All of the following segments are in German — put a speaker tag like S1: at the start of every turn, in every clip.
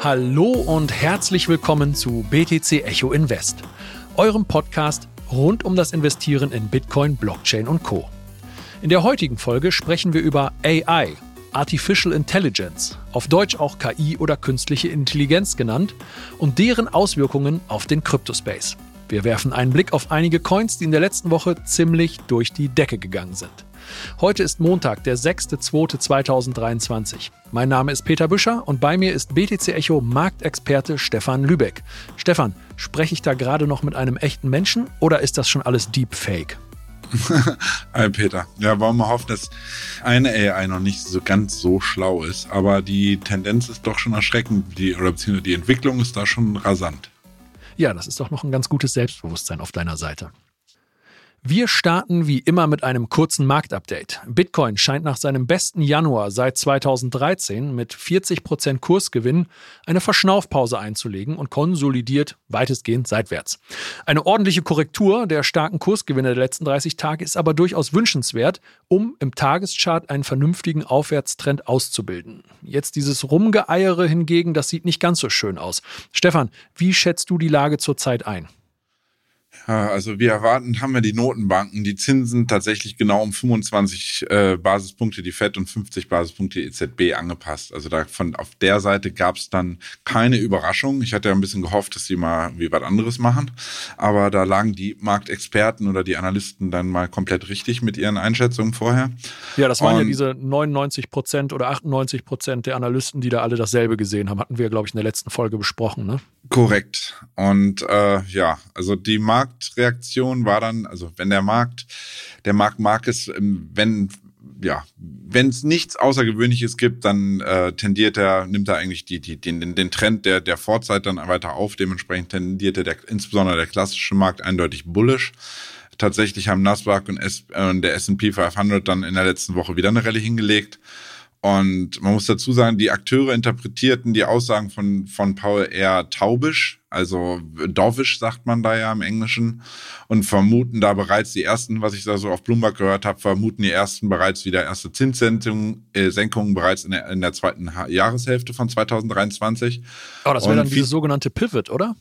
S1: Hallo und herzlich willkommen zu BTC Echo Invest, eurem Podcast rund um das Investieren in Bitcoin, Blockchain und Co. In der heutigen Folge sprechen wir über AI, Artificial Intelligence, auf Deutsch auch KI oder künstliche Intelligenz genannt, und deren Auswirkungen auf den Kryptospace. Wir werfen einen Blick auf einige Coins, die in der letzten Woche ziemlich durch die Decke gegangen sind. Heute ist Montag, der 6.2.2023. Mein Name ist Peter Büscher und bei mir ist BTC Echo Marktexperte Stefan Lübeck. Stefan, spreche ich da gerade noch mit einem echten Menschen oder ist das schon alles Deepfake?
S2: Hi Peter. Ja, wollen wir hoffen, dass eine AI noch nicht so ganz so schlau ist, aber die Tendenz ist doch schon erschreckend, beziehungsweise die Entwicklung ist da schon rasant.
S1: Ja, das ist doch noch ein ganz gutes Selbstbewusstsein auf deiner Seite. Wir starten wie immer mit einem kurzen Marktupdate. Bitcoin scheint nach seinem besten Januar seit 2013 mit 40% Kursgewinn eine Verschnaufpause einzulegen und konsolidiert weitestgehend seitwärts. Eine ordentliche Korrektur der starken Kursgewinne der letzten 30 Tage ist aber durchaus wünschenswert, um im Tageschart einen vernünftigen Aufwärtstrend auszubilden. Jetzt dieses Rumgeeiere hingegen, das sieht nicht ganz so schön aus. Stefan, wie schätzt du die Lage zurzeit ein?
S2: Ja, also wie erwartend haben wir die Notenbanken, die Zinsen tatsächlich genau um 25 Basispunkte die FED und 50 Basispunkte die EZB angepasst. Also auf der Seite gab es dann keine Überraschung. Ich hatte ja ein bisschen gehofft, dass sie mal wie was anderes machen. Aber da lagen die Marktexperten oder die Analysten dann mal komplett richtig mit ihren Einschätzungen vorher.
S1: Ja, das waren ja diese 99% oder 98% der Analysten, die da alle dasselbe gesehen haben. Hatten wir, glaube ich, in der letzten Folge besprochen, ne?
S2: Korrekt. Und also die Marktreaktion war dann, also wenn der Markt mag es, wenn es nichts Außergewöhnliches gibt, dann nimmt er eigentlich den Trend der Vorzeit dann weiter auf. Dementsprechend tendierte insbesondere der klassische Markt eindeutig bullish. Tatsächlich haben Nasdaq und der S&P 500 dann in der letzten Woche wieder eine Rallye hingelegt. Und man muss dazu sagen, die Akteure interpretierten die Aussagen von Powell eher taubisch, also dovish sagt man da ja im Englischen, und vermuten da bereits die ersten, was ich da so auf Bloomberg gehört habe, bereits wieder erste Zinssenkungen bereits in der zweiten Jahreshälfte von 2023.
S1: Oh, das wäre dann dieses sogenannte Pivot, oder?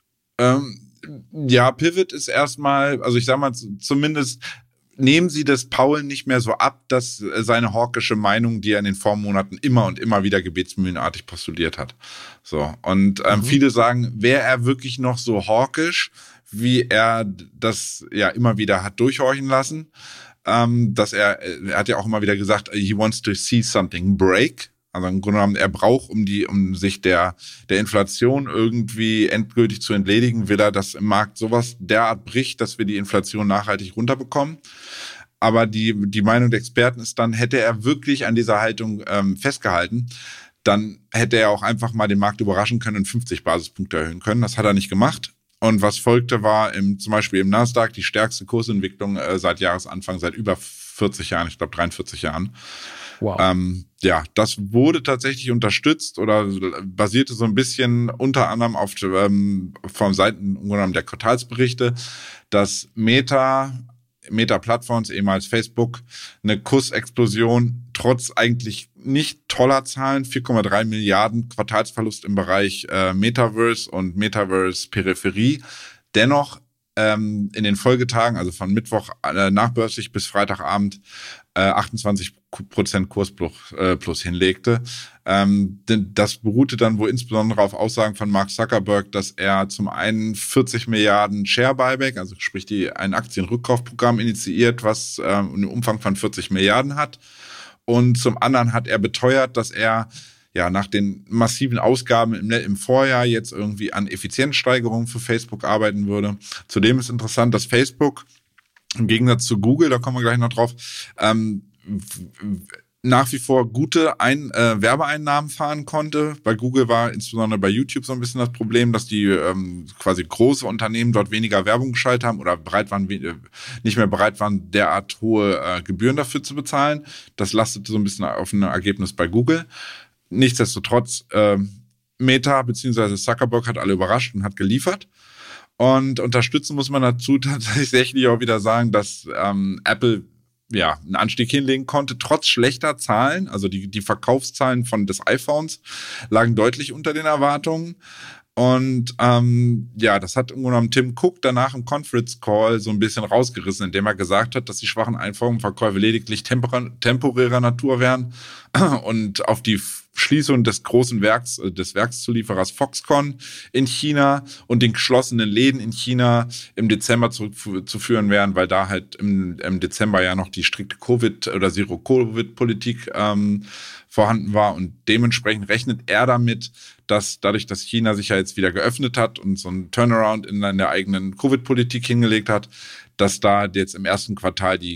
S2: Ja, Pivot ist erstmal, also ich sag mal zumindest, nehmen Sie das Powell nicht mehr so ab, dass seine hawkische Meinung, die er in den Vormonaten immer und immer wieder gebetsmühlenartig postuliert hat. So. Und viele sagen, wäre er wirklich noch so hawkisch, wie er das ja immer wieder hat durchhorchen lassen, dass er hat ja auch immer wieder gesagt, he wants to see something break. Also im Grunde genommen, er braucht, um sich der Inflation irgendwie endgültig zu entledigen, will er, dass im Markt sowas derart bricht, dass wir die Inflation nachhaltig runterbekommen. Aber die Meinung der Experten ist dann, hätte er wirklich an dieser Haltung festgehalten, dann hätte er auch einfach mal den Markt überraschen können und 50 Basispunkte erhöhen können. Das hat er nicht gemacht. Und was folgte, war zum Beispiel im Nasdaq die stärkste Kursentwicklung seit Jahresanfang, seit über 40 Jahren, ich glaube 43 Jahren.
S1: Wow.
S2: Das wurde tatsächlich unterstützt oder basierte so ein bisschen unter anderem auf von Seiten der Quartalsberichte, dass Meta Plattforms, ehemals Facebook, eine Kursexplosion trotz eigentlich nicht toller Zahlen, 4,3 Milliarden Quartalsverlust im Bereich Metaverse und Metaverse-Peripherie, dennoch in den Folgetagen, also von Mittwoch nachbörslich bis Freitagabend, 28% Kursplus hinlegte. Das beruhte dann wohl insbesondere auf Aussagen von Mark Zuckerberg, dass er zum einen 40 Milliarden Share Buyback, also sprich ein Aktienrückkaufprogramm initiiert, was einen Umfang von 40 Milliarden hat. Und zum anderen hat er beteuert, dass er nach den massiven Ausgaben im Vorjahr jetzt irgendwie an Effizienzsteigerungen für Facebook arbeiten würde. Zudem ist interessant, dass Facebook im Gegensatz zu Google, da kommen wir gleich noch drauf, nach wie vor gute Werbeeinnahmen fahren konnte. Bei Google war insbesondere bei YouTube so ein bisschen das Problem, dass die quasi große Unternehmen dort weniger Werbung geschaltet haben oder nicht mehr bereit waren, derart hohe Gebühren dafür zu bezahlen. Das lastete so ein bisschen auf ein Ergebnis bei Google. Nichtsdestotrotz, Meta bzw. Zuckerberg hat alle überrascht und hat geliefert. Und unterstützen muss man dazu tatsächlich auch wieder sagen, dass Apple einen Anstieg hinlegen konnte, trotz schlechter Zahlen. Also die Verkaufszahlen des iPhones lagen deutlich unter den Erwartungen. Und das hat im Grunde genommen Tim Cook danach im Conference Call so ein bisschen rausgerissen, indem er gesagt hat, dass die schwachen iPhone-Verkäufe lediglich temporärer Natur wären und auf die Schließung des großen des Werkszulieferers Foxconn in China und den geschlossenen Läden in China im Dezember zurückzuführen wären, weil da halt im Dezember ja noch die strikte Covid- oder Zero-Covid-Politik vorhanden war. Und dementsprechend rechnet er damit, dass dadurch, dass China sich ja jetzt wieder geöffnet hat und so einen Turnaround in der eigenen Covid-Politik hingelegt hat, dass da jetzt im ersten Quartal die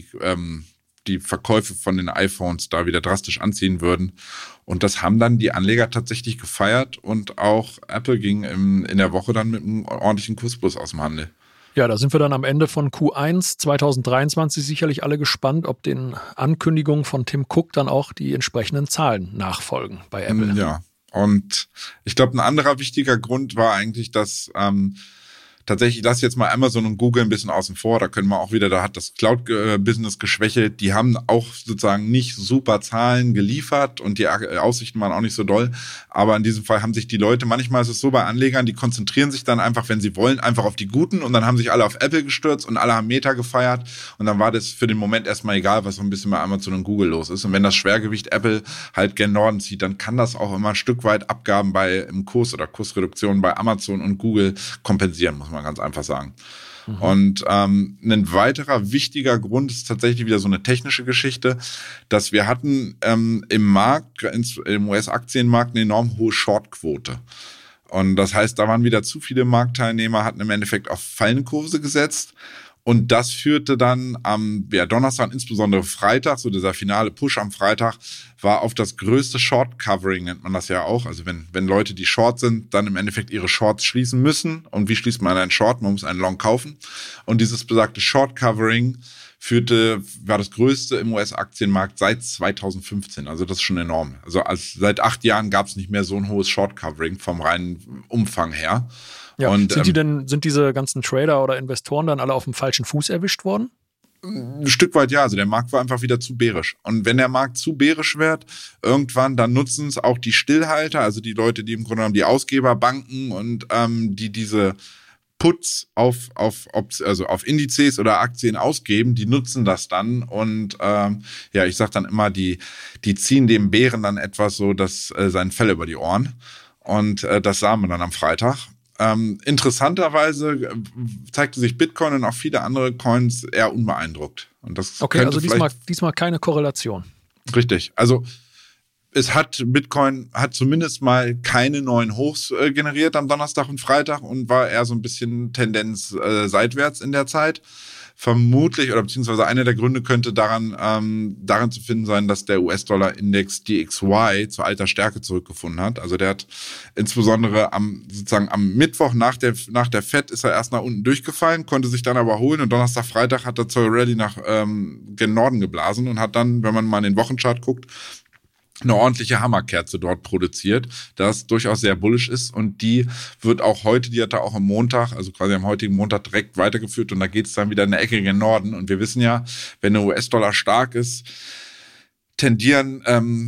S2: Verkäufe von den iPhones da wieder drastisch anziehen würden. Und das haben dann die Anleger tatsächlich gefeiert und auch Apple ging in der Woche dann mit einem ordentlichen Kursplus aus dem Handel.
S1: Ja, da sind wir dann am Ende von Q1 2023 sicherlich alle gespannt, ob den Ankündigungen von Tim Cook dann auch die entsprechenden Zahlen nachfolgen bei Apple.
S2: Ja, und ich glaube, ein anderer wichtiger Grund war eigentlich, dass tatsächlich, ich lasse jetzt mal Amazon und Google ein bisschen außen vor, da können wir auch wieder, da hat das Cloud-Business geschwächelt, die haben auch sozusagen nicht super Zahlen geliefert und die Aussichten waren auch nicht so doll, aber in diesem Fall haben sich die Leute, manchmal ist es so bei Anlegern, die konzentrieren sich dann einfach, wenn sie wollen, einfach auf die Guten und dann haben sich alle auf Apple gestürzt und alle haben Meta gefeiert und dann war das für den Moment erstmal egal, was so ein bisschen bei Amazon und Google los ist und wenn das Schwergewicht Apple halt gen Norden zieht, dann kann das auch immer ein Stück weit Abgaben im Kurs oder Kursreduktionen bei Amazon und Google kompensieren, muss man ganz einfach sagen. Mhm. Und ein weiterer wichtiger Grund ist tatsächlich wieder so eine technische Geschichte, dass wir hatten im Markt, im US-Aktienmarkt eine enorm hohe Shortquote. Und das heißt, da waren wieder zu viele Marktteilnehmer, hatten im Endeffekt auf fallende Kurse gesetzt. Und das führte dann am Donnerstag, insbesondere Freitag, so dieser finale Push am Freitag, war auf das größte Short-Covering, nennt man das ja auch. Also wenn Leute, die Short sind, dann im Endeffekt ihre Shorts schließen müssen. Und wie schließt man einen Short? Man muss einen Long kaufen. Und dieses besagte Short-Covering war das größte im US-Aktienmarkt seit 2015. Also das ist schon enorm. Also seit 8 Jahren gab es nicht mehr so ein hohes Short-Covering vom reinen Umfang her.
S1: Ja, und sind diese ganzen Trader oder Investoren dann alle auf dem falschen Fuß erwischt worden?
S2: Ein Stück weit ja, also der Markt war einfach wieder zu bärisch. Und wenn der Markt zu bärisch wird, irgendwann, dann nutzen es auch die Stillhalter, also die Leute, die im Grunde genommen die Ausgeber, Banken und die diese Puts auf Indizes oder Aktien ausgeben, die nutzen das dann und ich sag dann immer, die ziehen dem Bären dann etwas so seinen Fell über die Ohren und das sah man dann am Freitag. Interessanterweise zeigte sich Bitcoin und auch viele andere Coins eher unbeeindruckt. Und das
S1: okay, also diesmal keine Korrelation.
S2: Richtig. Also Bitcoin hat zumindest mal keine neuen Hochs generiert am Donnerstag und Freitag und war eher so ein bisschen Tendenz seitwärts in der Zeit. Vermutlich oder beziehungsweise einer der Gründe könnte daran zu finden sein, dass der US-Dollar-Index DXY zu alter Stärke zurückgefunden hat. Also der hat insbesondere am Mittwoch nach der Fed ist er erst nach unten durchgefallen, konnte sich dann aber erholen und Donnerstag, Freitag hat er zur Rallye nach gen Norden geblasen und hat dann, wenn man mal in den Wochenchart guckt, eine ordentliche Hammerkerze dort produziert, das durchaus sehr bullish ist und die wird auch heute, die hat er auch am Montag, also quasi am heutigen Montag direkt weitergeführt und da geht es dann wieder in der Ecke gen Norden und wir wissen ja, wenn der US-Dollar stark ist, tendieren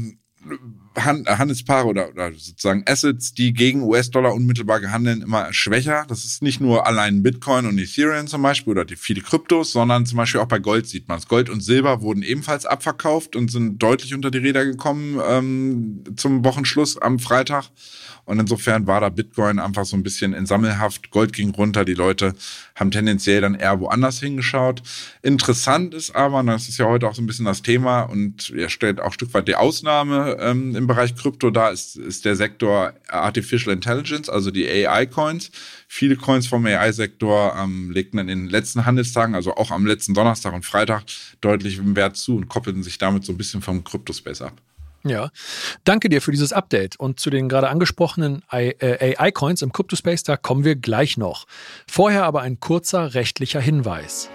S2: Handelspaare oder sozusagen Assets, die gegen US-Dollar unmittelbar gehandeln, immer schwächer. Das ist nicht nur allein Bitcoin und Ethereum zum Beispiel oder viele Kryptos, sondern zum Beispiel auch bei Gold sieht man es. Gold und Silber wurden ebenfalls abverkauft und sind deutlich unter die Räder gekommen zum Wochenschluss am Freitag. Und insofern war da Bitcoin einfach so ein bisschen in Sammelhaft. Gold ging runter, die Leute haben tendenziell dann eher woanders hingeschaut. Interessant ist aber, und das ist ja heute auch so ein bisschen das Thema und er stellt auch ein Stück weit die Ausnahme im Bereich Krypto dar, ist der Sektor Artificial Intelligence, also die AI-Coins. Viele Coins vom AI-Sektor legten in den letzten Handelstagen, also auch am letzten Donnerstag und Freitag, deutlich im Wert zu und koppelten sich damit so ein bisschen vom Kryptospace ab.
S1: Ja, danke dir für dieses Update und zu den gerade angesprochenen AI-Coins im Cryptospace, da kommen wir gleich noch. Vorher aber ein kurzer rechtlicher Hinweis.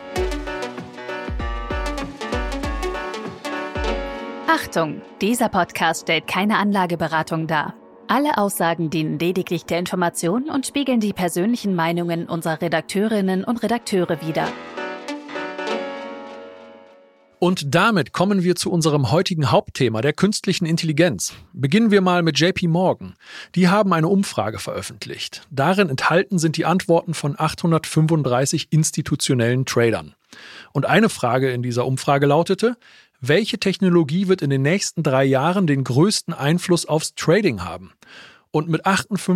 S3: Achtung, dieser Podcast stellt keine Anlageberatung dar. Alle Aussagen dienen lediglich der Information und spiegeln die persönlichen Meinungen unserer Redakteurinnen und Redakteure wider.
S1: Und damit kommen wir zu unserem heutigen Hauptthema, der künstlichen Intelligenz. Beginnen wir mal mit JP Morgan. Die haben eine Umfrage veröffentlicht. Darin enthalten sind die Antworten von 835 institutionellen Tradern. Und eine Frage in dieser Umfrage lautete: Welche Technologie wird in den nächsten 3 Jahren den größten Einfluss aufs Trading haben? Und mit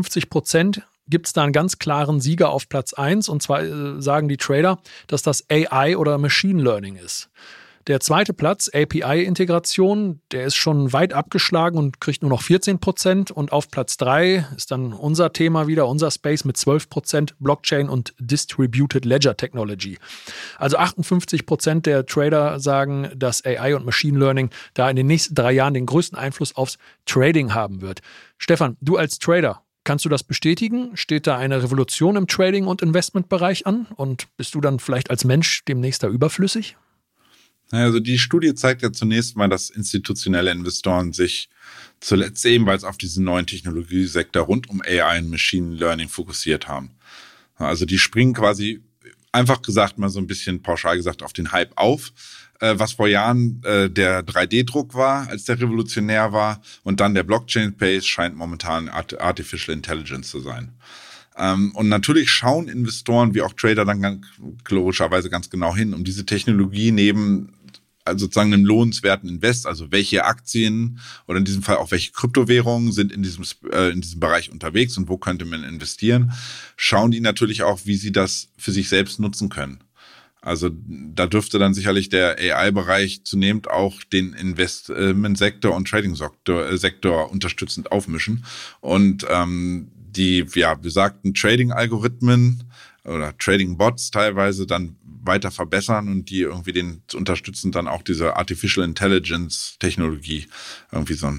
S1: 58% gibt es da einen ganz klaren Sieger auf Platz 1. Und zwar sagen die Trader, dass das AI oder Machine Learning ist. Der zweite Platz, API-Integration, der ist schon weit abgeschlagen und kriegt nur noch 14%. Und auf Platz 3 ist dann unser Thema wieder, unser Space mit 12%, Blockchain und Distributed Ledger Technology. Also 58% der Trader sagen, dass AI und Machine Learning da in den nächsten 3 Jahren den größten Einfluss aufs Trading haben wird. Stefan, du als Trader, kannst du das bestätigen? Steht da eine Revolution im Trading- und Investmentbereich an? Und bist du dann vielleicht als Mensch demnächst da überflüssig?
S2: Also die Studie zeigt ja zunächst mal, dass institutionelle Investoren sich zuletzt ebenfalls auf diesen neuen Technologiesektor rund um AI und Machine Learning fokussiert haben. Also die springen quasi, einfach gesagt, mal so ein bisschen pauschal gesagt, auf den Hype auf, was vor Jahren der 3D-Druck war, als der revolutionär war, und dann der Blockchain-Space scheint momentan Artificial Intelligence zu sein. Und natürlich schauen Investoren wie auch Trader dann logischerweise ganz genau hin, um diese Technologie neben sozusagen einem lohnenswerten Invest, also welche Aktien oder in diesem Fall auch welche Kryptowährungen sind in diesem Bereich unterwegs und wo könnte man investieren, schauen die natürlich auch, wie sie das für sich selbst nutzen können. Also da dürfte dann sicherlich der AI-Bereich zunehmend auch den Investmentsektor und Trading-Sektor unterstützend aufmischen und die besagten Trading-Algorithmen oder Trading-Bots teilweise dann weiter verbessern und die irgendwie den unterstützen, dann auch diese Artificial Intelligence-Technologie irgendwie so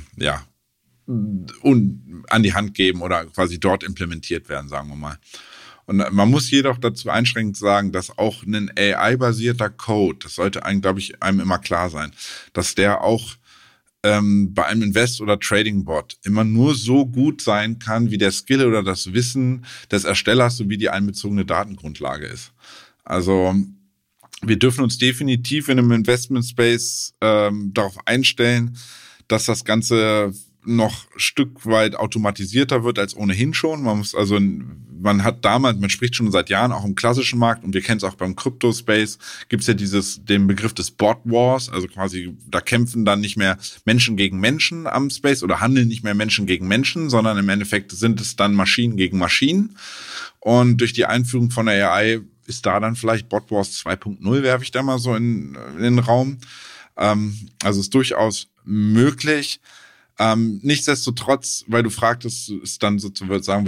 S2: an die Hand geben oder quasi dort implementiert werden, sagen wir mal. Und man muss jedoch dazu einschränkend sagen, dass auch ein AI-basierter Code, das sollte einem, glaube ich, immer klar sein, dass der auch bei einem Invest- oder Trading-Bot immer nur so gut sein kann, wie der Skill oder das Wissen des Erstellers sowie die einbezogene Datengrundlage ist. Also wir dürfen uns definitiv in einem Investment-Space darauf einstellen, dass das Ganze noch ein Stück weit automatisierter wird als ohnehin schon. Man spricht schon seit Jahren auch im klassischen Markt und wir kennen es auch beim Crypto-Space, gibt es ja den Begriff des Bot Wars, also quasi da kämpfen dann nicht mehr Menschen gegen Menschen am Space oder handeln nicht mehr Menschen gegen Menschen, sondern im Endeffekt sind es dann Maschinen gegen Maschinen. Und durch die Einführung von der AI ist da dann vielleicht Bot Wars 2.0, werfe ich da mal so in den Raum. Also ist durchaus möglich. Nichtsdestotrotz, weil du fragtest, ist dann sozusagen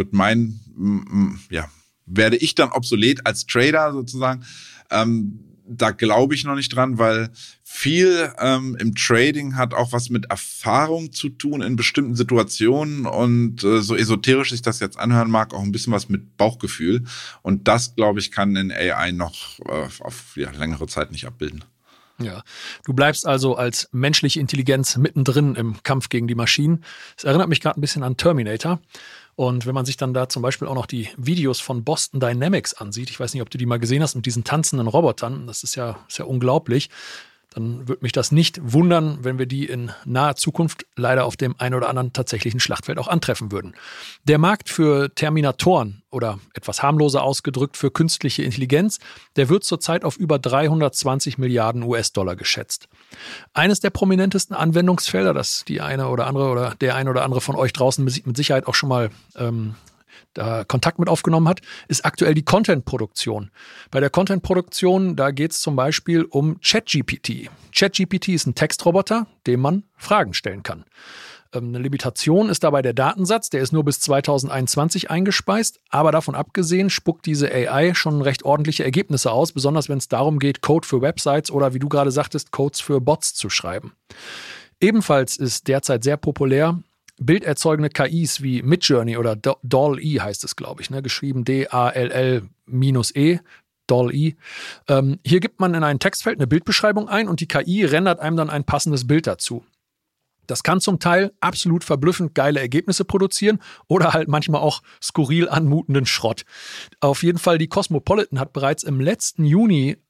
S2: werde ich dann obsolet als Trader sozusagen. Da glaube ich noch nicht dran, weil viel im Trading hat auch was mit Erfahrung zu tun in bestimmten Situationen und so esoterisch sich das jetzt anhören mag, auch ein bisschen was mit Bauchgefühl. Und das, glaube ich, kann in AI noch auf längere Zeit nicht abbilden.
S1: Ja, du bleibst also als menschliche Intelligenz mittendrin im Kampf gegen die Maschinen. Es erinnert mich gerade ein bisschen an Terminator. Und wenn man sich dann da zum Beispiel auch noch die Videos von Boston Dynamics ansieht, ich weiß nicht, ob du die mal gesehen hast mit diesen tanzenden Robotern, das ist ja unglaublich, dann würde mich das nicht wundern, wenn wir die in naher Zukunft leider auf dem ein oder anderen tatsächlichen Schlachtfeld auch antreffen würden. Der Markt für Terminatoren oder etwas harmloser ausgedrückt für künstliche Intelligenz, der wird zurzeit auf über 320 Milliarden US-Dollar geschätzt. Eines der prominentesten Anwendungsfelder, das der eine oder andere von euch draußen mit Sicherheit auch schon mal da Kontakt mit aufgenommen hat, ist aktuell die Content-Produktion. Bei der Content-Produktion, da geht es zum Beispiel um ChatGPT. ChatGPT ist ein Textroboter, dem man Fragen stellen kann. Eine Limitation ist dabei der Datensatz, der ist nur bis 2021 eingespeist, aber davon abgesehen spuckt diese AI schon recht ordentliche Ergebnisse aus, besonders wenn es darum geht, Code für Websites oder wie du gerade sagtest, Codes für Bots zu schreiben. Ebenfalls ist derzeit sehr populär bilderzeugende KIs wie Midjourney oder DALL-E heißt es, glaube ich, geschrieben DALL-E, DALL-E. Hier gibt man in ein Textfeld eine Bildbeschreibung ein und die KI rendert einem dann ein passendes Bild dazu. Das kann zum Teil absolut verblüffend geile Ergebnisse produzieren oder halt manchmal auch skurril anmutenden Schrott. Auf jeden Fall, die Cosmopolitan hat bereits im letzten Juni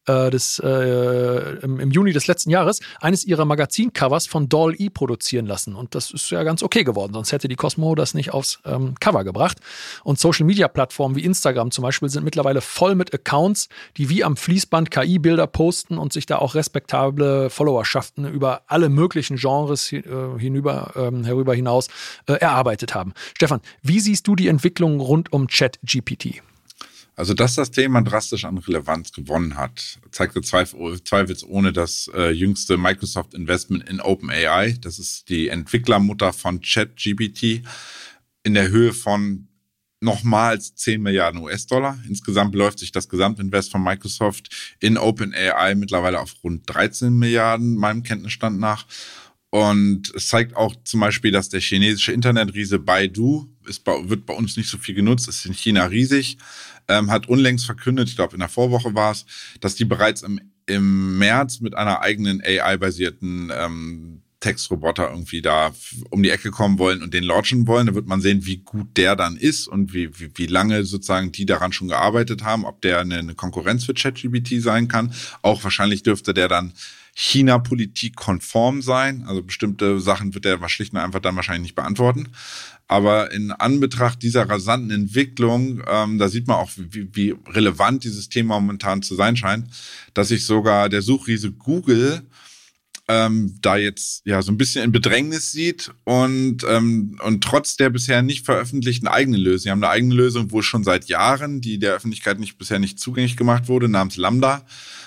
S1: im Juni des letzten Jahres eines ihrer Magazincovers von DALL-E produzieren lassen. Und das ist ja ganz okay geworden, sonst hätte die Cosmo das nicht aufs Cover gebracht. Und Social-Media-Plattformen wie Instagram zum Beispiel sind mittlerweile voll mit Accounts, die wie am Fließband KI-Bilder posten und sich da auch respektable Followerschaften über alle möglichen Genres herüber hinaus erarbeitet haben. Stefan, wie siehst du die Entwicklung rund um ChatGPT?
S2: Also, dass das Thema drastisch an Relevanz gewonnen hat, zeigte zweifelsohne das jüngste Microsoft-Investment in OpenAI. Das ist die Entwicklermutter von ChatGPT in der Höhe von nochmals 10 Milliarden US-Dollar. Insgesamt beläuft sich das Gesamtinvest von Microsoft in OpenAI mittlerweile auf rund 13 Milliarden, meinem Kenntnisstand nach. Und es zeigt auch zum Beispiel, dass der chinesische Internetriese Baidu wird bei uns nicht so viel genutzt, ist in China riesig, hat unlängst verkündet, ich glaube in der Vorwoche war es, dass die bereits im März mit einer eigenen AI-basierten Textroboter irgendwie da um die Ecke kommen wollen und den launchen wollen. Da wird man sehen, wie gut der dann ist und wie lange sozusagen die daran schon gearbeitet haben, ob der eine Konkurrenz für ChatGPT sein kann. Auch wahrscheinlich dürfte der dann China-Politik konform sein. Also bestimmte Sachen wird er schlicht und einfach dann wahrscheinlich nicht beantworten. Aber in Anbetracht dieser rasanten Entwicklung, da sieht man auch, wie relevant dieses Thema momentan zu sein scheint, dass sich sogar der Suchriese Google da jetzt ja so ein bisschen in Bedrängnis sieht und trotz der bisher nicht veröffentlichten eigenen Lösung. Sie haben eine eigene Lösung, wo schon seit Jahren, die der Öffentlichkeit bisher nicht zugänglich gemacht wurde, namens Lambda,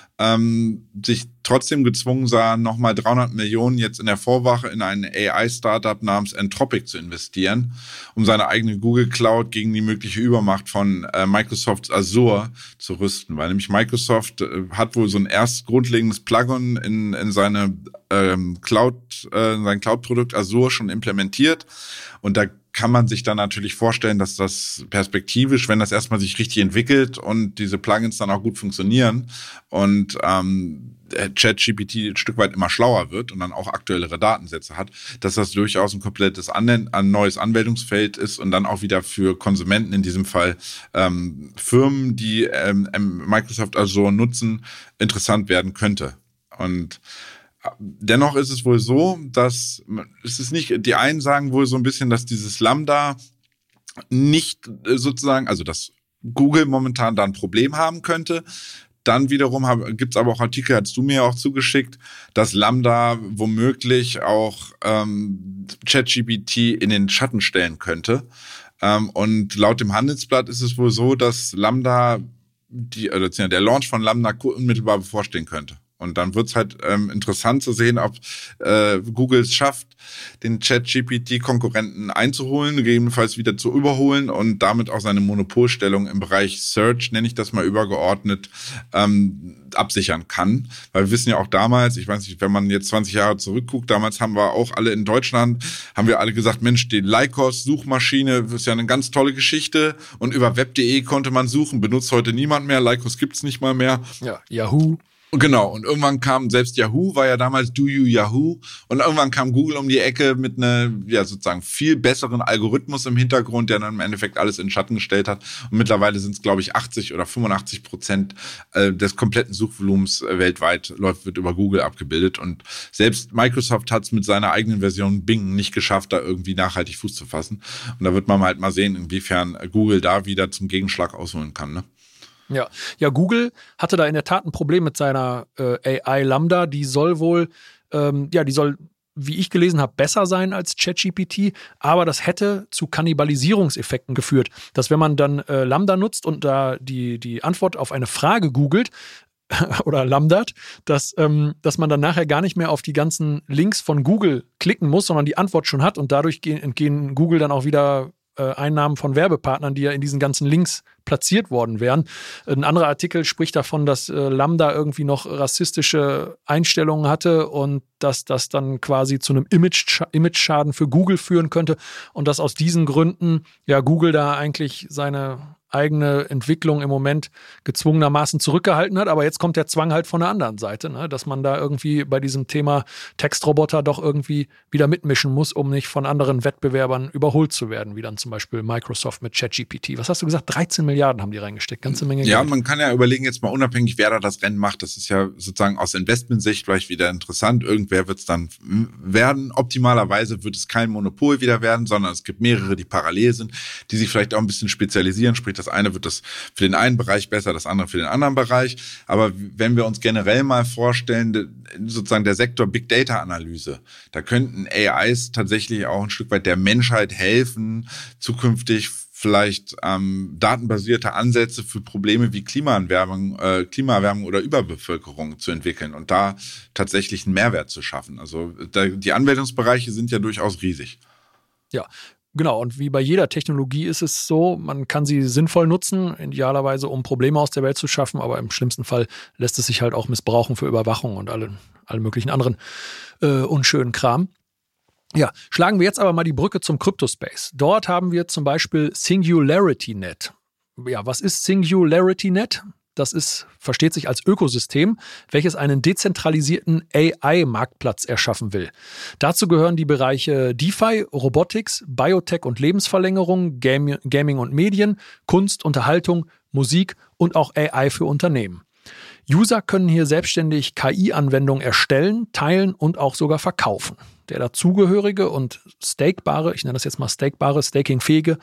S2: sich trotzdem gezwungen sah, nochmal 300 Millionen jetzt in der Vorwoche in ein AI-Startup namens Anthropic zu investieren, um seine eigene Google Cloud gegen die mögliche Übermacht von Microsofts Azure zu rüsten. Weil nämlich Microsoft hat wohl so ein erst grundlegendes Plugin in seine sein Cloud-Produkt Azure schon implementiert. Und da kann man sich dann natürlich vorstellen, dass das perspektivisch, wenn das erstmal sich richtig entwickelt und diese Plugins dann auch gut funktionieren und ChatGPT ein Stück weit immer schlauer wird und dann auch aktuellere Datensätze hat, dass das durchaus ein komplettes neues Anwendungsfeld ist und dann auch wieder für Konsumenten, in diesem Fall Firmen, die Microsoft Azure nutzen, interessant werden könnte. Und dennoch ist es wohl so, dass es ist nicht, die einen sagen wohl so ein bisschen, dass dieses Lambda nicht sozusagen, also dass Google momentan da ein Problem haben könnte. Dann wiederum gibt's aber auch Artikel, hast du mir auch zugeschickt, dass Lambda womöglich auch ChatGPT in den Schatten stellen könnte. Und laut dem Handelsblatt ist es wohl so, dass Lambda, der Launch von Lambda unmittelbar bevorstehen könnte. Und dann wird's halt interessant zu sehen, ob Google es schafft, den ChatGPT-Konkurrenten einzuholen, gegebenenfalls wieder zu überholen und damit auch seine Monopolstellung im Bereich Search, nenne ich das mal übergeordnet, absichern kann. Weil wir wissen ja auch damals, ich weiß nicht, wenn man jetzt 20 Jahre zurückguckt, damals haben wir auch alle in Deutschland, haben wir alle gesagt, Mensch, die Lycos-Suchmaschine ist ja eine ganz tolle Geschichte und über web.de konnte man suchen, benutzt heute niemand mehr, Lycos gibt's nicht mal mehr.
S1: Ja, Yahoo.
S2: Genau, und irgendwann kam, selbst Yahoo war ja damals Do You Yahoo, und irgendwann kam Google um die Ecke mit sozusagen viel besseren Algorithmus im Hintergrund, der dann im Endeffekt alles in den Schatten gestellt hat. Und mittlerweile sind es, glaube ich, 80 oder 85% des kompletten Suchvolumens weltweit wird über Google abgebildet. Und selbst Microsoft hat es mit seiner eigenen Version Bing nicht geschafft, da irgendwie nachhaltig Fuß zu fassen. Und da wird man halt mal sehen, inwiefern Google da wieder zum Gegenschlag ausholen kann, ne?
S1: Ja, Google hatte da in der Tat ein Problem mit seiner AI Lambda. Die soll wohl, wie ich gelesen habe, besser sein als ChatGPT, aber das hätte zu Kannibalisierungseffekten geführt. Dass wenn man dann Lambda nutzt und da die Antwort auf eine Frage googelt oder lambdat, dass man dann nachher gar nicht mehr auf die ganzen Links von Google klicken muss, sondern die Antwort schon hat und dadurch entgehen Google dann auch wieder Einnahmen von Werbepartnern, die ja in diesen ganzen Links platziert worden wären. Ein anderer Artikel spricht davon, dass Lambda irgendwie noch rassistische Einstellungen hatte und dass das dann quasi zu einem Image-Schaden für Google führen könnte und dass aus diesen Gründen ja Google da eigentlich seine eigene Entwicklung im Moment gezwungenermaßen zurückgehalten hat. Aber jetzt kommt der Zwang halt von der anderen Seite, ne? Dass man da irgendwie bei diesem Thema Textroboter doch irgendwie wieder mitmischen muss, um nicht von anderen Wettbewerbern überholt zu werden, wie dann zum Beispiel Microsoft mit ChatGPT. Was hast du gesagt? 13 Milliarden haben die reingesteckt, ganze Menge Geld.
S2: Ja, man kann ja überlegen, jetzt mal unabhängig, wer da das Rennen macht. Das ist ja sozusagen aus Investmentsicht vielleicht wieder interessant. Irgendwer wird es dann werden. Optimalerweise wird es kein Monopol wieder werden, sondern es gibt mehrere, die parallel sind, die sich vielleicht auch ein bisschen spezialisieren. Sprich, das eine wird das für den einen Bereich besser, das andere für den anderen Bereich. Aber wenn wir uns generell mal vorstellen, sozusagen der Sektor Big Data Analyse, da könnten AIs tatsächlich auch ein Stück weit der Menschheit helfen, zukünftig vielleicht datenbasierte Ansätze für Probleme wie Klimaerwärmung oder Überbevölkerung zu entwickeln und da tatsächlich einen Mehrwert zu schaffen. Also die Anwendungsbereiche sind ja durchaus riesig.
S1: Ja, genau. Und wie bei jeder Technologie ist es so, man kann sie sinnvoll nutzen, idealerweise um Probleme aus der Welt zu schaffen, aber im schlimmsten Fall lässt es sich halt auch missbrauchen für Überwachung und alle möglichen anderen unschönen Kram. Ja, schlagen wir jetzt aber mal die Brücke zum Cryptospace. Dort haben wir zum Beispiel SingularityNet. Ja, was ist SingularityNet? Das versteht sich als Ökosystem, welches einen dezentralisierten AI-Marktplatz erschaffen will. Dazu gehören die Bereiche DeFi, Robotics, Biotech und Lebensverlängerung, Gaming und Medien, Kunst, Unterhaltung, Musik und auch AI für Unternehmen. User können hier selbstständig KI-Anwendungen erstellen, teilen und auch sogar verkaufen. Der dazugehörige und stakebare, ich nenne das jetzt mal stakingfähige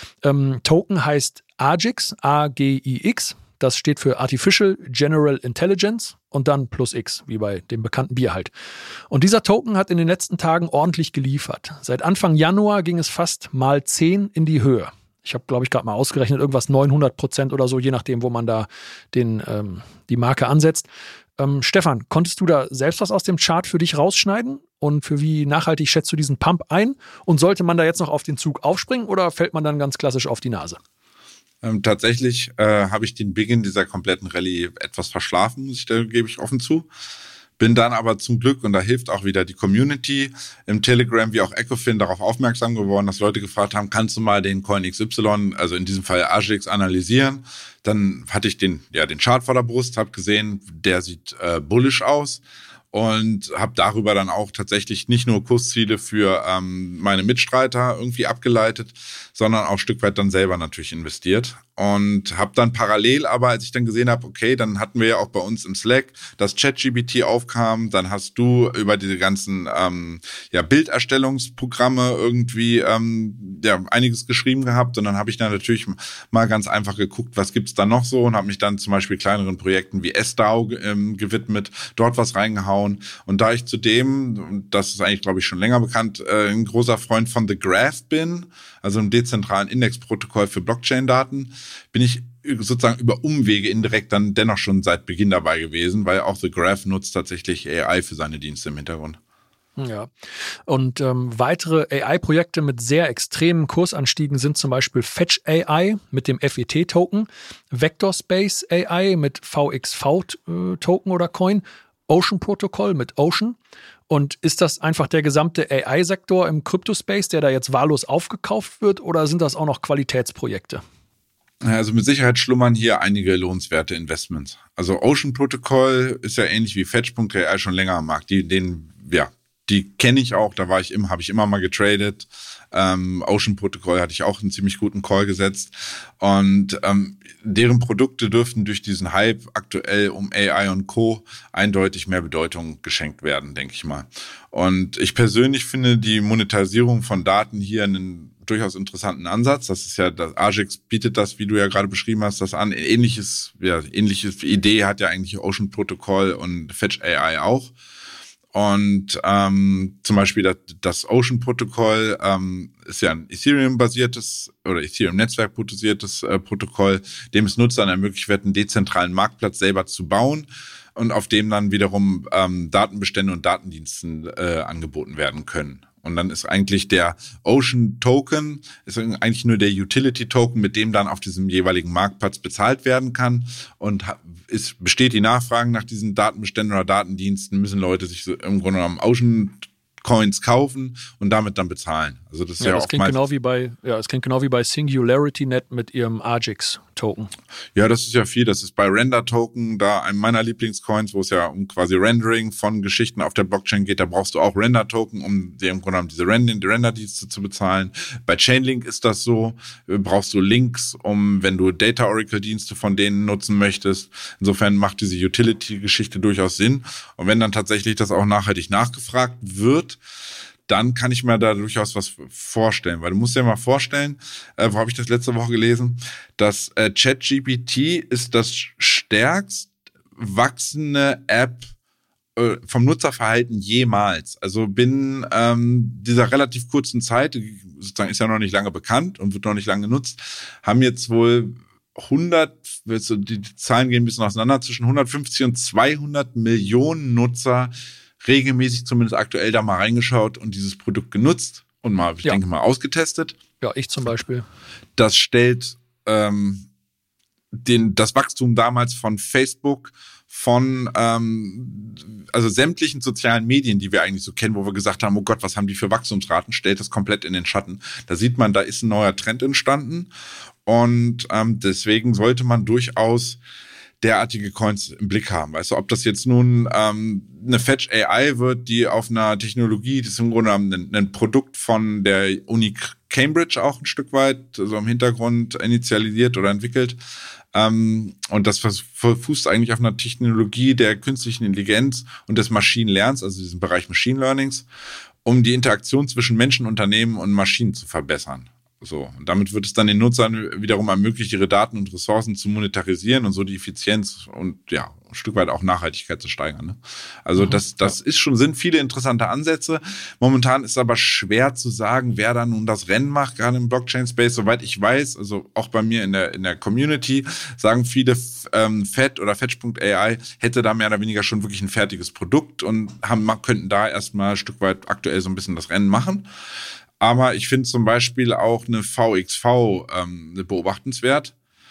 S1: Token heißt AGIX, A-G-I-X. Das steht für Artificial General Intelligence und dann plus X, wie bei dem bekannten Bier halt. Und dieser Token hat in den letzten Tagen ordentlich geliefert. Seit Anfang Januar ging es fast mal 10 in die Höhe. Ich habe, glaube ich, gerade mal ausgerechnet, irgendwas 900% oder so, je nachdem, wo man da die Marke ansetzt. Stefan, konntest du da selbst was aus dem Chart für dich rausschneiden? Und für wie nachhaltig schätzt du diesen Pump ein? Und sollte man da jetzt noch auf den Zug aufspringen oder fällt man dann ganz klassisch auf die Nase?
S2: Tatsächlich habe ich den Beginn dieser kompletten Rallye etwas verschlafen, gebe ich offen zu. Bin dann aber zum Glück, und da hilft auch wieder die Community im Telegram wie auch Ecofin, darauf aufmerksam geworden, dass Leute gefragt haben, kannst du mal den Coin XY, also in diesem Fall AGIX, analysieren? Dann hatte ich den Chart vor der Brust, habe gesehen, der sieht bullish aus. Und habe darüber dann auch tatsächlich nicht nur Kursziele für meine Mitstreiter irgendwie abgeleitet, sondern auch ein Stück weit dann selber natürlich investiert. Und habe dann parallel, aber als ich dann gesehen habe, okay, dann hatten wir ja auch bei uns im Slack, dass ChatGPT aufkam, dann hast du über diese ganzen Bilderstellungsprogramme irgendwie einiges geschrieben gehabt. Und dann habe ich dann natürlich mal ganz einfach geguckt, was gibt's da noch so, und habe mich dann zum Beispiel kleineren Projekten wie SDAO gewidmet, dort was reingehauen. Und da ich zudem, und das ist eigentlich, glaube ich, schon länger bekannt, ein großer Freund von The Graph bin, also einem dezentralen Indexprotokoll für Blockchain-Daten, bin ich sozusagen über Umwege indirekt dann dennoch schon seit Beginn dabei gewesen, weil auch The Graph nutzt tatsächlich AI für seine Dienste im Hintergrund.
S1: Ja, und weitere AI-Projekte mit sehr extremen Kursanstiegen sind zum Beispiel Fetch AI mit dem FET-Token, Vectorspace AI mit VXV-Token oder Coin, Ocean Protocol mit Ocean. Und ist das einfach der gesamte AI-Sektor im Cryptospace, der da jetzt wahllos aufgekauft wird, oder sind das auch noch Qualitätsprojekte?
S2: Also mit Sicherheit schlummern hier einige lohnenswerte Investments. Also Ocean Protocol ist ja ähnlich wie Fetch.ai schon länger am Markt. Die kenne ich auch, habe ich immer mal getradet. Ocean Protocol hatte ich auch einen ziemlich guten Call gesetzt. Und deren Produkte dürften durch diesen Hype aktuell um AI und Co. eindeutig mehr Bedeutung geschenkt werden, denke ich mal. Und ich persönlich finde die Monetarisierung von Daten hier einen durchaus interessanten Ansatz. Das ist ja, das AGIX bietet das, wie du ja gerade beschrieben hast, das an. Ähnliche Idee hat ja eigentlich Ocean Protocol und Fetch AI auch. Und zum Beispiel das Ocean-Protokoll ist ja ein Ethereum-basiertes oder Ethereum-Netzwerk-basiertes Protokoll, dem es Nutzern ermöglicht wird, einen dezentralen Marktplatz selber zu bauen und auf dem dann wiederum Datenbestände und Datendiensten angeboten werden können. Und dann ist eigentlich der Ocean Token, ist eigentlich nur der Utility Token, mit dem dann auf diesem jeweiligen Marktplatz bezahlt werden kann. Und besteht die Nachfrage nach diesen Datenbeständen oder Datendiensten, müssen Leute sich so im Grunde genommen Ocean Coins kaufen und damit dann bezahlen. Also das ist
S1: das klingt genau wie bei SingularityNet mit ihrem Argix-Token.
S2: Ja, das ist ja viel. Das ist bei Render-Token, da einem meiner Lieblingscoins, wo es ja um quasi Rendering von Geschichten auf der Blockchain geht. Da brauchst du auch Render-Token, um dir im Grunde genommen diese Render-Dienste zu bezahlen. Bei Chainlink ist das so. Brauchst du Links, wenn du Data-Oracle-Dienste von denen nutzen möchtest. Insofern macht diese Utility-Geschichte durchaus Sinn. Und wenn dann tatsächlich das auch nachhaltig nachgefragt wird, dann kann ich mir da durchaus was vorstellen. Weil du musst dir mal vorstellen, wo habe ich das letzte Woche gelesen, dass ChatGPT ist das stärkst wachsende App vom Nutzerverhalten jemals. Also binnen dieser relativ kurzen Zeit, sozusagen ist ja noch nicht lange bekannt und wird noch nicht lange genutzt, haben jetzt wohl die Zahlen gehen ein bisschen auseinander, zwischen 150 und 200 Millionen Nutzer regelmäßig, zumindest aktuell, da mal reingeschaut und dieses Produkt genutzt und mal, ich denke mal, ausgetestet.
S1: Ja, ich zum Beispiel.
S2: Das stellt das Wachstum damals von Facebook, von also sämtlichen sozialen Medien, die wir eigentlich so kennen, wo wir gesagt haben, oh Gott, was haben die für Wachstumsraten, stellt das komplett in den Schatten. Da sieht man, da ist ein neuer Trend entstanden und deswegen sollte man durchaus derartige Coins im Blick haben. Weißt du, ob das jetzt nun eine Fetch AI wird, die auf einer Technologie, das ist im Grunde ein Produkt von der Uni Cambridge auch ein Stück weit so im Hintergrund initialisiert oder entwickelt. Und das fußt eigentlich auf einer Technologie der künstlichen Intelligenz und des Machine Lernens, also diesem Bereich Machine Learnings, um die Interaktion zwischen Menschen, Unternehmen und Maschinen zu verbessern. So, und damit wird es dann den Nutzern wiederum ermöglicht, ihre Daten und Ressourcen zu monetarisieren und so die Effizienz und ja, ein Stück weit auch Nachhaltigkeit zu steigern. Ne? Also das ist schon, sind viele interessante Ansätze. Momentan ist aber schwer zu sagen, wer da nun das Rennen macht, gerade im Blockchain-Space. Soweit ich weiß, also auch bei mir in der Community, sagen viele, Fed oder Fetch.ai hätte da mehr oder weniger schon wirklich ein fertiges Produkt und könnten da erstmal ein Stück weit aktuell so ein bisschen das Rennen machen. Aber ich finde zum Beispiel auch eine VXV beobachtenswert.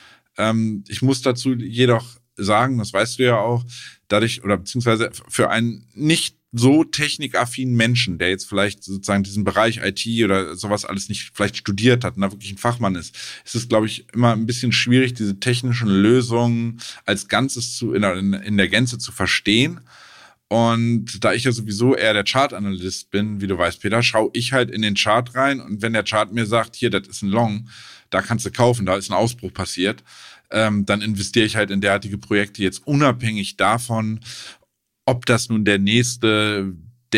S2: Ich muss dazu jedoch sagen, das weißt du ja auch, dadurch oder beziehungsweise für einen nicht so technikaffinen Menschen, der jetzt vielleicht sozusagen diesen Bereich IT oder sowas alles nicht vielleicht studiert hat und da wirklich ein Fachmann ist es, glaube ich, immer ein bisschen schwierig, diese technischen Lösungen als Ganzes in der Gänze zu verstehen. Und da ich ja sowieso eher der Chart-Analyst bin, wie du weißt, Peter, schaue ich halt in den Chart rein und wenn der Chart mir sagt, hier, das ist ein Long, da kannst du kaufen, da ist ein Ausbruch passiert, dann investiere ich halt in derartige Projekte jetzt unabhängig davon, ob das nun der nächste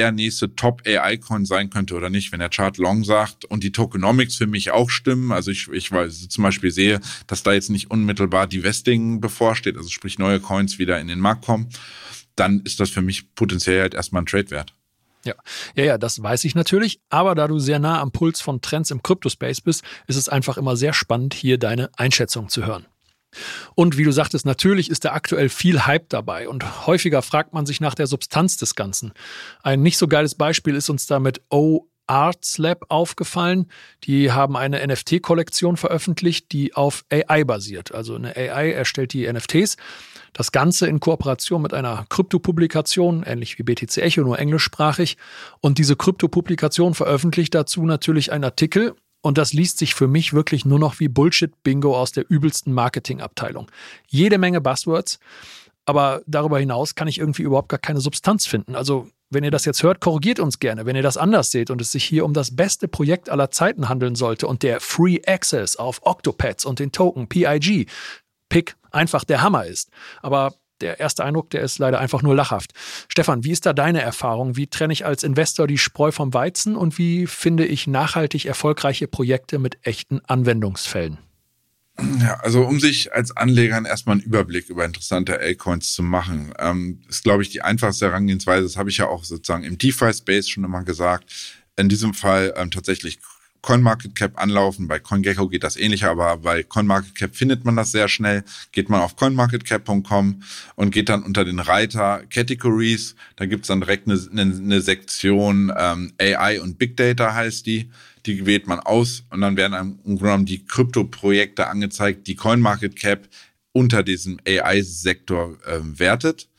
S2: Top-AI-Coin sein könnte oder nicht. Wenn der Chart Long sagt und die Tokenomics für mich auch stimmen, also ich zum Beispiel sehe, dass da jetzt nicht unmittelbar Divesting bevorsteht, also sprich neue Coins wieder in den Markt kommen, dann ist das für mich potenziell halt erstmal ein Trade wert.
S1: Ja, das weiß ich natürlich. Aber da du sehr nah am Puls von Trends im Crypto-Space bist, ist es einfach immer sehr spannend, hier deine Einschätzung zu hören. Und wie du sagtest, natürlich ist da aktuell viel Hype dabei und häufiger fragt man sich nach der Substanz des Ganzen. Ein nicht so geiles Beispiel ist uns da mit Artslab aufgefallen. Die haben eine NFT-Kollektion veröffentlicht, die auf AI basiert. Also eine AI erstellt die NFTs. Das Ganze in Kooperation mit einer Krypto-Publikation, ähnlich wie BTC Echo, nur englischsprachig. Und diese Krypto-Publikation veröffentlicht dazu natürlich einen Artikel. Und das liest sich für mich wirklich nur noch wie Bullshit-Bingo aus der übelsten Marketingabteilung. Jede Menge Buzzwords, aber darüber hinaus kann ich irgendwie überhaupt gar keine Substanz finden. Also wenn ihr das jetzt hört, korrigiert uns gerne, wenn ihr das anders seht und es sich hier um das beste Projekt aller Zeiten handeln sollte und der Free Access auf Octopads und den Token PIG einfach der Hammer ist. Aber der erste Eindruck, der ist leider einfach nur lachhaft. Stefan, wie ist da deine Erfahrung? Wie trenne ich als Investor die Spreu vom Weizen und wie finde ich nachhaltig erfolgreiche Projekte mit echten Anwendungsfällen?
S2: Ja, also um sich als Anlegern erstmal einen Überblick über interessante Altcoins zu machen, ist, glaube ich, die einfachste Herangehensweise. Das habe ich ja auch sozusagen im DeFi-Space schon immer gesagt. In diesem Fall tatsächlich CoinMarketCap anlaufen. Bei CoinGecko geht das ähnlicher, aber bei CoinMarketCap findet man das sehr schnell. Geht man auf coinmarketcap.com und geht dann unter den Reiter Categories. Da gibt's dann direkt eine Sektion AI und Big Data heißt die. Die wählt man aus und dann werden einem im Grunde genommen die Krypto-Projekte angezeigt, die CoinMarketCap unter diesem AI-Sektor wertet.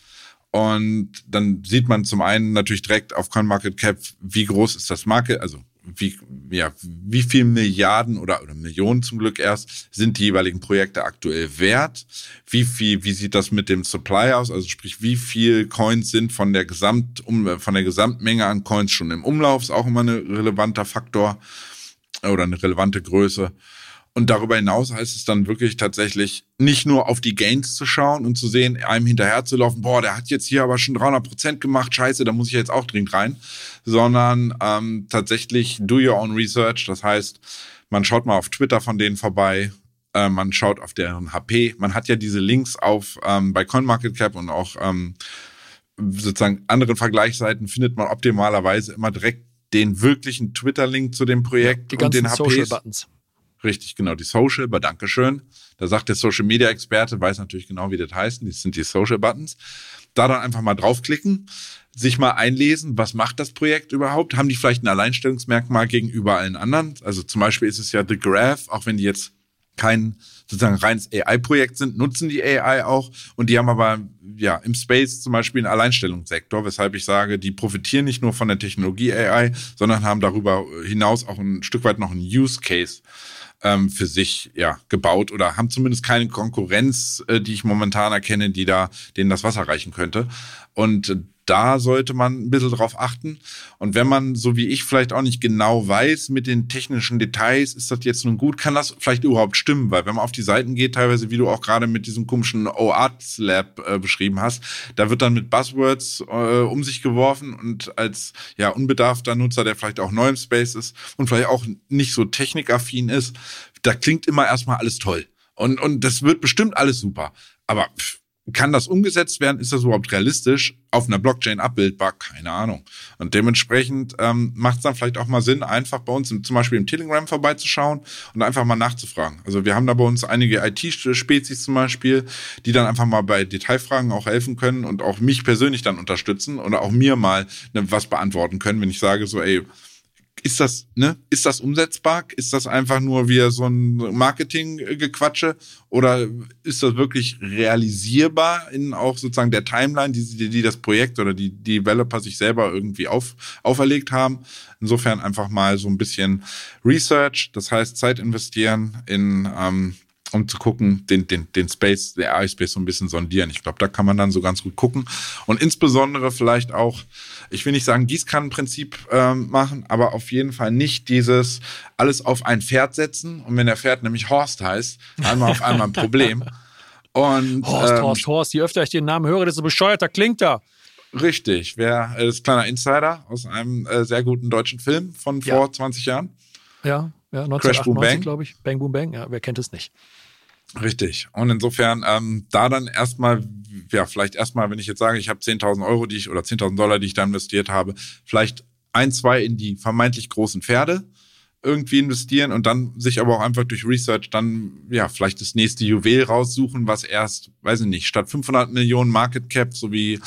S2: Und dann sieht man zum einen natürlich direkt auf CoinMarketCap, wie groß ist das Market, also wie viel Milliarden oder Millionen zum Glück erst sind die jeweiligen Projekte aktuell wert? Wie sieht das mit dem Supply aus? Also sprich, wie viel Coins sind von der Gesamtmenge an Coins schon im Umlauf? Ist auch immer ein relevanter Faktor oder eine relevante Größe. Und darüber hinaus heißt es dann wirklich tatsächlich nicht nur auf die Gains zu schauen und zu sehen, einem hinterher zu laufen, boah, der hat jetzt hier aber schon 300% gemacht, scheiße, da muss ich jetzt auch dringend rein, sondern tatsächlich do your own research. Das heißt, man schaut mal auf Twitter von denen vorbei, man schaut auf deren HP, man hat ja diese Links bei CoinMarketCap und auch sozusagen anderen Vergleichsseiten findet man optimalerweise immer direkt den wirklichen Twitter-Link zu dem Projekt
S1: die ganzen
S2: und den HPs.
S1: Social-Buttons.
S2: Richtig, genau, die Social, aber Dankeschön. Da sagt der Social-Media-Experte, weiß natürlich genau, wie das heißt, das sind die Social-Buttons. Da dann einfach mal draufklicken, sich mal einlesen, was macht das Projekt überhaupt? Haben die vielleicht ein Alleinstellungsmerkmal gegenüber allen anderen? Also zum Beispiel ist es ja The Graph, auch wenn die jetzt kein sozusagen reines AI-Projekt sind, nutzen die AI auch und die haben aber ja im Space zum Beispiel einen Alleinstellungssektor, weshalb ich sage, die profitieren nicht nur von der Technologie AI, sondern haben darüber hinaus auch ein Stück weit noch einen Use Case für sich gebaut oder haben zumindest keine Konkurrenz, die ich momentan erkenne, denen das Wasser reichen könnte. Und da sollte man ein bisschen drauf achten. Und wenn man, so wie ich, vielleicht auch nicht genau weiß mit den technischen Details, ist das jetzt nun gut, kann das vielleicht überhaupt stimmen? Weil wenn man auf die Seiten geht, teilweise, wie du auch gerade mit diesem komischen OArts Lab beschrieben hast, da wird dann mit Buzzwords um sich geworfen und als unbedarfter Nutzer, der vielleicht auch neu im Space ist und vielleicht auch nicht so technikaffin ist, da klingt immer erstmal alles toll. Und das wird bestimmt alles super. Aber kann das umgesetzt werden? Ist das überhaupt realistisch? Auf einer Blockchain abbildbar? Keine Ahnung. Und dementsprechend macht es dann vielleicht auch mal Sinn, einfach bei uns zum Beispiel im Telegram vorbeizuschauen und einfach mal nachzufragen. Also wir haben da bei uns einige IT-Spezies zum Beispiel, die dann einfach mal bei Detailfragen auch helfen können und auch mich persönlich dann unterstützen oder auch mir mal was beantworten können, wenn ich sage so, ey, ist das umsetzbar? Ist das einfach nur wieder so ein Marketing-Gequatsche? Oder ist das wirklich realisierbar in auch sozusagen der Timeline, die das Projekt oder die Developer sich selber irgendwie auferlegt haben? Insofern einfach mal so ein bisschen Research, das heißt Zeit investieren um zu gucken, den Space, der AI-Space so ein bisschen sondieren. Ich glaube, da kann man dann so ganz gut gucken. Und insbesondere vielleicht auch, ich will nicht sagen Gießkannenprinzip machen, aber auf jeden Fall nicht dieses alles auf ein Pferd setzen. Und wenn der Pferd nämlich Horst heißt, haben wir auf einmal ein Problem. Und,
S1: Horst. Je öfter ich den Namen höre, desto bescheuerter klingt er.
S2: Richtig. Das ist ein kleiner Insider aus einem sehr guten deutschen Film von vor 20 Jahren.
S1: Ja, 1998, glaube ich. Bang Boom Bang, wer kennt es nicht?
S2: Richtig. Und insofern da dann erstmal, vielleicht erstmal, wenn ich jetzt sage, ich habe 10.000 Euro, oder 10.000 Dollar, die ich da investiert habe, vielleicht 1, 2 in die vermeintlich großen Pferde irgendwie investieren und dann sich aber auch einfach durch Research dann vielleicht das nächste Juwel raussuchen, was erst, weiß ich nicht, statt 500 Millionen Market Cap, so wie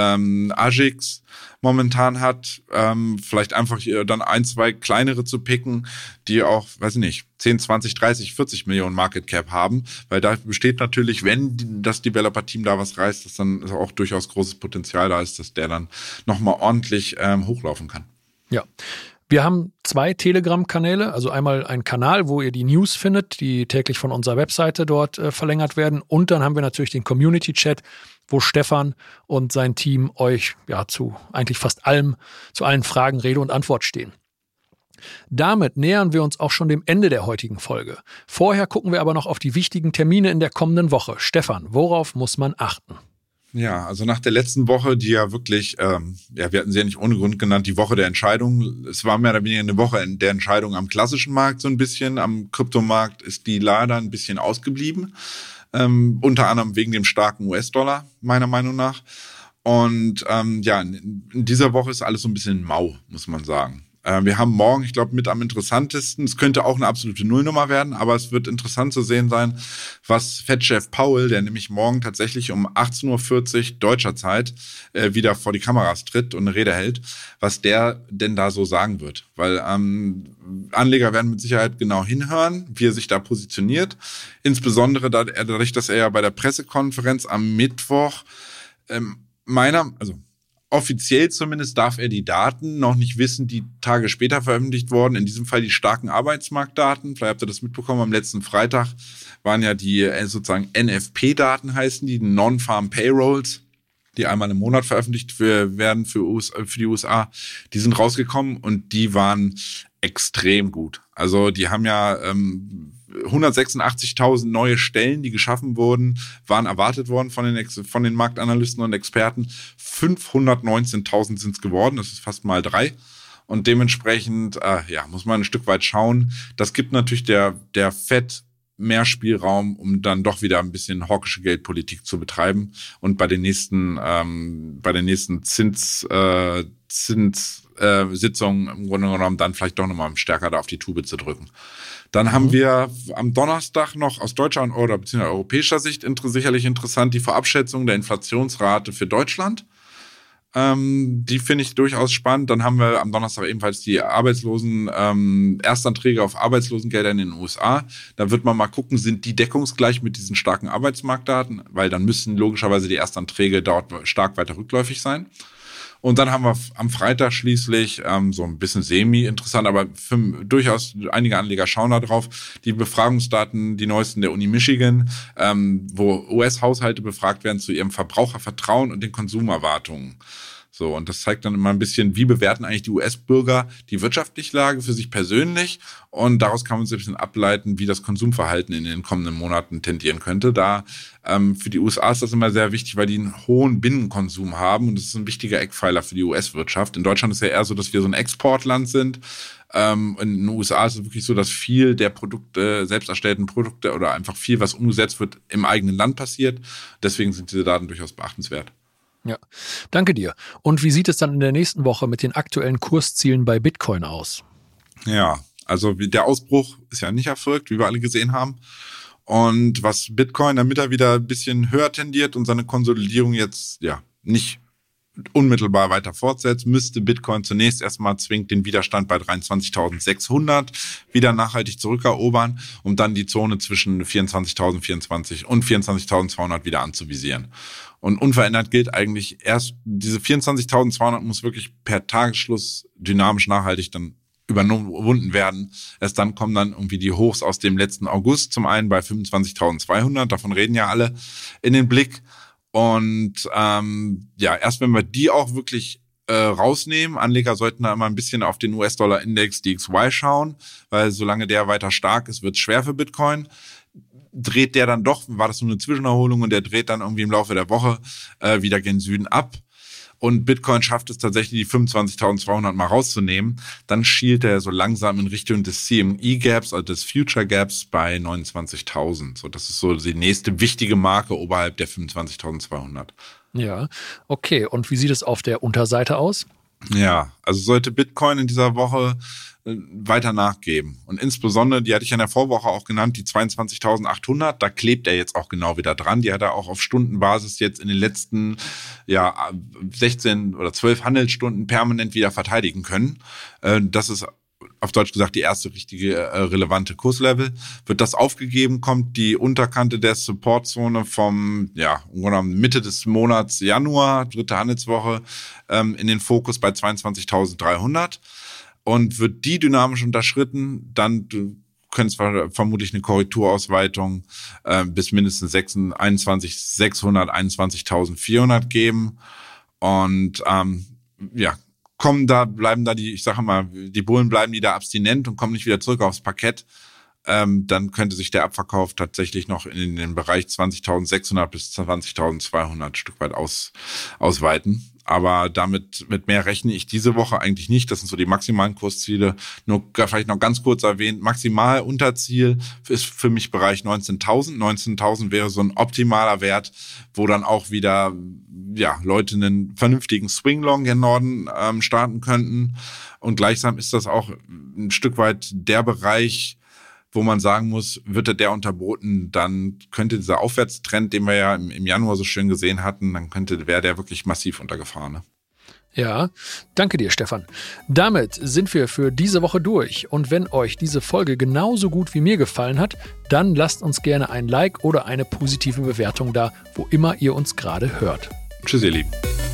S2: Agix momentan hat, vielleicht einfach dann 1, 2 kleinere zu picken, die auch, weiß ich nicht, 10, 20, 30, 40 Millionen Market Cap haben, weil da besteht natürlich, wenn das Developer-Team da was reißt, dass dann auch durchaus großes Potenzial da ist, dass der dann nochmal ordentlich hochlaufen kann.
S1: Ja. Wir haben 2 Telegram-Kanäle, also einmal einen Kanal, wo ihr die News findet, die täglich von unserer Webseite dort verlängert werden. Und dann haben wir natürlich den Community-Chat, wo Stefan und sein Team euch zu eigentlich fast zu allen Fragen Rede und Antwort stehen. Damit nähern wir uns auch schon dem Ende der heutigen Folge. Vorher gucken wir aber noch auf die wichtigen Termine in der kommenden Woche. Stefan, worauf muss man achten?
S2: Ja, also nach der letzten Woche, die ja wirklich, wir hatten sie ja nicht ohne Grund genannt, die Woche der Entscheidung. Es war mehr oder weniger eine Woche der Entscheidung am klassischen Markt so ein bisschen. Am Kryptomarkt ist die leider ein bisschen ausgeblieben. Unter anderem wegen dem starken US-Dollar, meiner Meinung nach. Und in dieser Woche ist alles so ein bisschen mau, muss man sagen. Wir haben morgen, ich glaube, mit am interessantesten, es könnte auch eine absolute Nullnummer werden, aber es wird interessant zu sehen sein, was Fed-Chef Powell, der nämlich morgen tatsächlich um 18.40 Uhr deutscher Zeit wieder vor die Kameras tritt und eine Rede hält, was der denn da so sagen wird. Weil Anleger werden mit Sicherheit genau hinhören, wie er sich da positioniert. Insbesondere dadurch, dass er ja bei der Pressekonferenz am Mittwoch offiziell zumindest darf er die Daten noch nicht wissen, die Tage später veröffentlicht wurden. In diesem Fall die starken Arbeitsmarktdaten. Vielleicht habt ihr das mitbekommen, am letzten Freitag waren ja die sozusagen NFP-Daten heißen, die Non-Farm Payrolls, die einmal im Monat veröffentlicht werden für die USA. Die sind rausgekommen und die waren extrem gut. Also die haben ja 186.000 neue Stellen, die geschaffen wurden, waren erwartet worden von den Marktanalysten und Experten. 519.000 sind es geworden, das ist fast mal 3. Und dementsprechend muss man ein Stück weit schauen. Das gibt natürlich der Fed mehr Spielraum, um dann doch wieder ein bisschen hawkische Geldpolitik zu betreiben und bei den nächsten Zinssitzungen im Grunde genommen dann vielleicht doch nochmal stärker da auf die Tube zu drücken. Dann haben wir am Donnerstag noch aus deutscher oder beziehungsweise europäischer Sicht sicherlich interessant die Vorabschätzung der Inflationsrate für Deutschland. Die finde ich durchaus spannend. Dann haben wir am Donnerstag ebenfalls die Erstanträge auf Arbeitslosengelder in den USA. Da wird man mal gucken, sind die deckungsgleich mit diesen starken Arbeitsmarktdaten, weil dann müssen logischerweise die Erstanträge dort stark weiter rückläufig sein. Und dann haben wir am Freitag schließlich so ein bisschen semi-interessant, aber durchaus einige Anleger schauen da drauf, die Befragungsdaten, die neuesten der Uni Michigan, wo US-Haushalte befragt werden zu ihrem Verbrauchervertrauen und den Konsumerwartungen. So, und das zeigt dann immer ein bisschen, wie bewerten eigentlich die US-Bürger die wirtschaftliche Lage für sich persönlich. Und daraus kann man sich ein bisschen ableiten, wie das Konsumverhalten in den kommenden Monaten tendieren könnte. Für die USA ist das immer sehr wichtig, weil die einen hohen Binnenkonsum haben. Und das ist ein wichtiger Eckpfeiler für die US-Wirtschaft. In Deutschland ist ja eher so, dass wir so ein Exportland sind. In den USA ist es wirklich so, dass viel der Produkte, selbst erstellten Produkte oder einfach viel, was umgesetzt wird, im eigenen Land passiert. Deswegen sind diese Daten durchaus beachtenswert.
S1: Ja, danke dir. Und wie sieht es dann in der nächsten Woche mit den aktuellen Kurszielen bei Bitcoin aus?
S2: Ja, also der Ausbruch ist ja nicht erfolgt, wie wir alle gesehen haben. Und was Bitcoin, damit er wieder ein bisschen höher tendiert und seine Konsolidierung jetzt nicht unmittelbar weiter fortsetzt, müsste Bitcoin zunächst erstmal zwingend den Widerstand bei 23.600 wieder nachhaltig zurückerobern, um dann die Zone zwischen 24.024 und 24.200 wieder anzuvisieren. Und unverändert gilt eigentlich erst, diese 24.200 muss wirklich per Tagesschluss dynamisch nachhaltig dann überwunden werden. Erst dann kommen dann irgendwie die Hochs aus dem letzten August, zum einen bei 25.200, davon reden ja alle, in den Blick. Und erst wenn wir die auch wirklich rausnehmen, Anleger sollten da immer ein bisschen auf den US-Dollar-Index DXY schauen, weil solange der weiter stark ist, wird es schwer für Bitcoin. Dreht der dann doch, war das nur eine Zwischenerholung und der dreht dann irgendwie im Laufe der Woche wieder gen Süden ab und Bitcoin schafft es tatsächlich, die 25.200 mal rauszunehmen, dann schielt er so langsam in Richtung des CME-Gaps, also des Future-Gaps bei 29.000. So, das ist so die nächste wichtige Marke oberhalb der 25.200.
S1: Ja, okay. Und wie sieht es auf der Unterseite aus?
S2: Ja, also sollte Bitcoin in dieser Woche weiter nachgeben. Und insbesondere, die hatte ich in der Vorwoche auch genannt, die 22.800, da klebt er jetzt auch genau wieder dran. Die hat er auch auf Stundenbasis jetzt in den letzten 16 oder 12 Handelsstunden permanent wieder verteidigen können. Das ist auf Deutsch gesagt die erste richtige relevante Kurslevel. Wird das aufgegeben, kommt die Unterkante der Supportzone vom Mitte des Monats Januar, 3. Handelswoche, in den Fokus bei 22.300. Und wird die dynamisch unterschritten, dann könnte es vermutlich eine Korrekturausweitung bis mindestens 21.600, 21.400 geben. Und bleiben da die Bullen bleiben die da abstinent und kommen nicht wieder zurück aufs Parkett. Dann könnte sich der Abverkauf tatsächlich noch in den Bereich 20.600 bis 20.200 ein Stück weit ausweiten. Aber mit mehr rechne ich diese Woche eigentlich nicht. Das sind so die maximalen Kursziele. Nur vielleicht noch ganz kurz erwähnt, maximal Unterziel ist für mich Bereich 19.000. 19.000 wäre so ein optimaler Wert, wo dann auch wieder Leute einen vernünftigen Swing-Long gen Norden starten könnten. Und gleichsam ist das auch ein Stück weit der Bereich, wo man sagen muss, wird der unterboten, dann könnte dieser Aufwärtstrend, den wir ja im Januar so schön gesehen hatten, wäre der wirklich massiv unter Gefahr. Ne?
S1: Ja, danke dir, Stefan. Damit sind wir für diese Woche durch. Und wenn euch diese Folge genauso gut wie mir gefallen hat, dann lasst uns gerne ein Like oder eine positive Bewertung da, wo immer ihr uns gerade hört.
S2: Tschüss, ihr Lieben.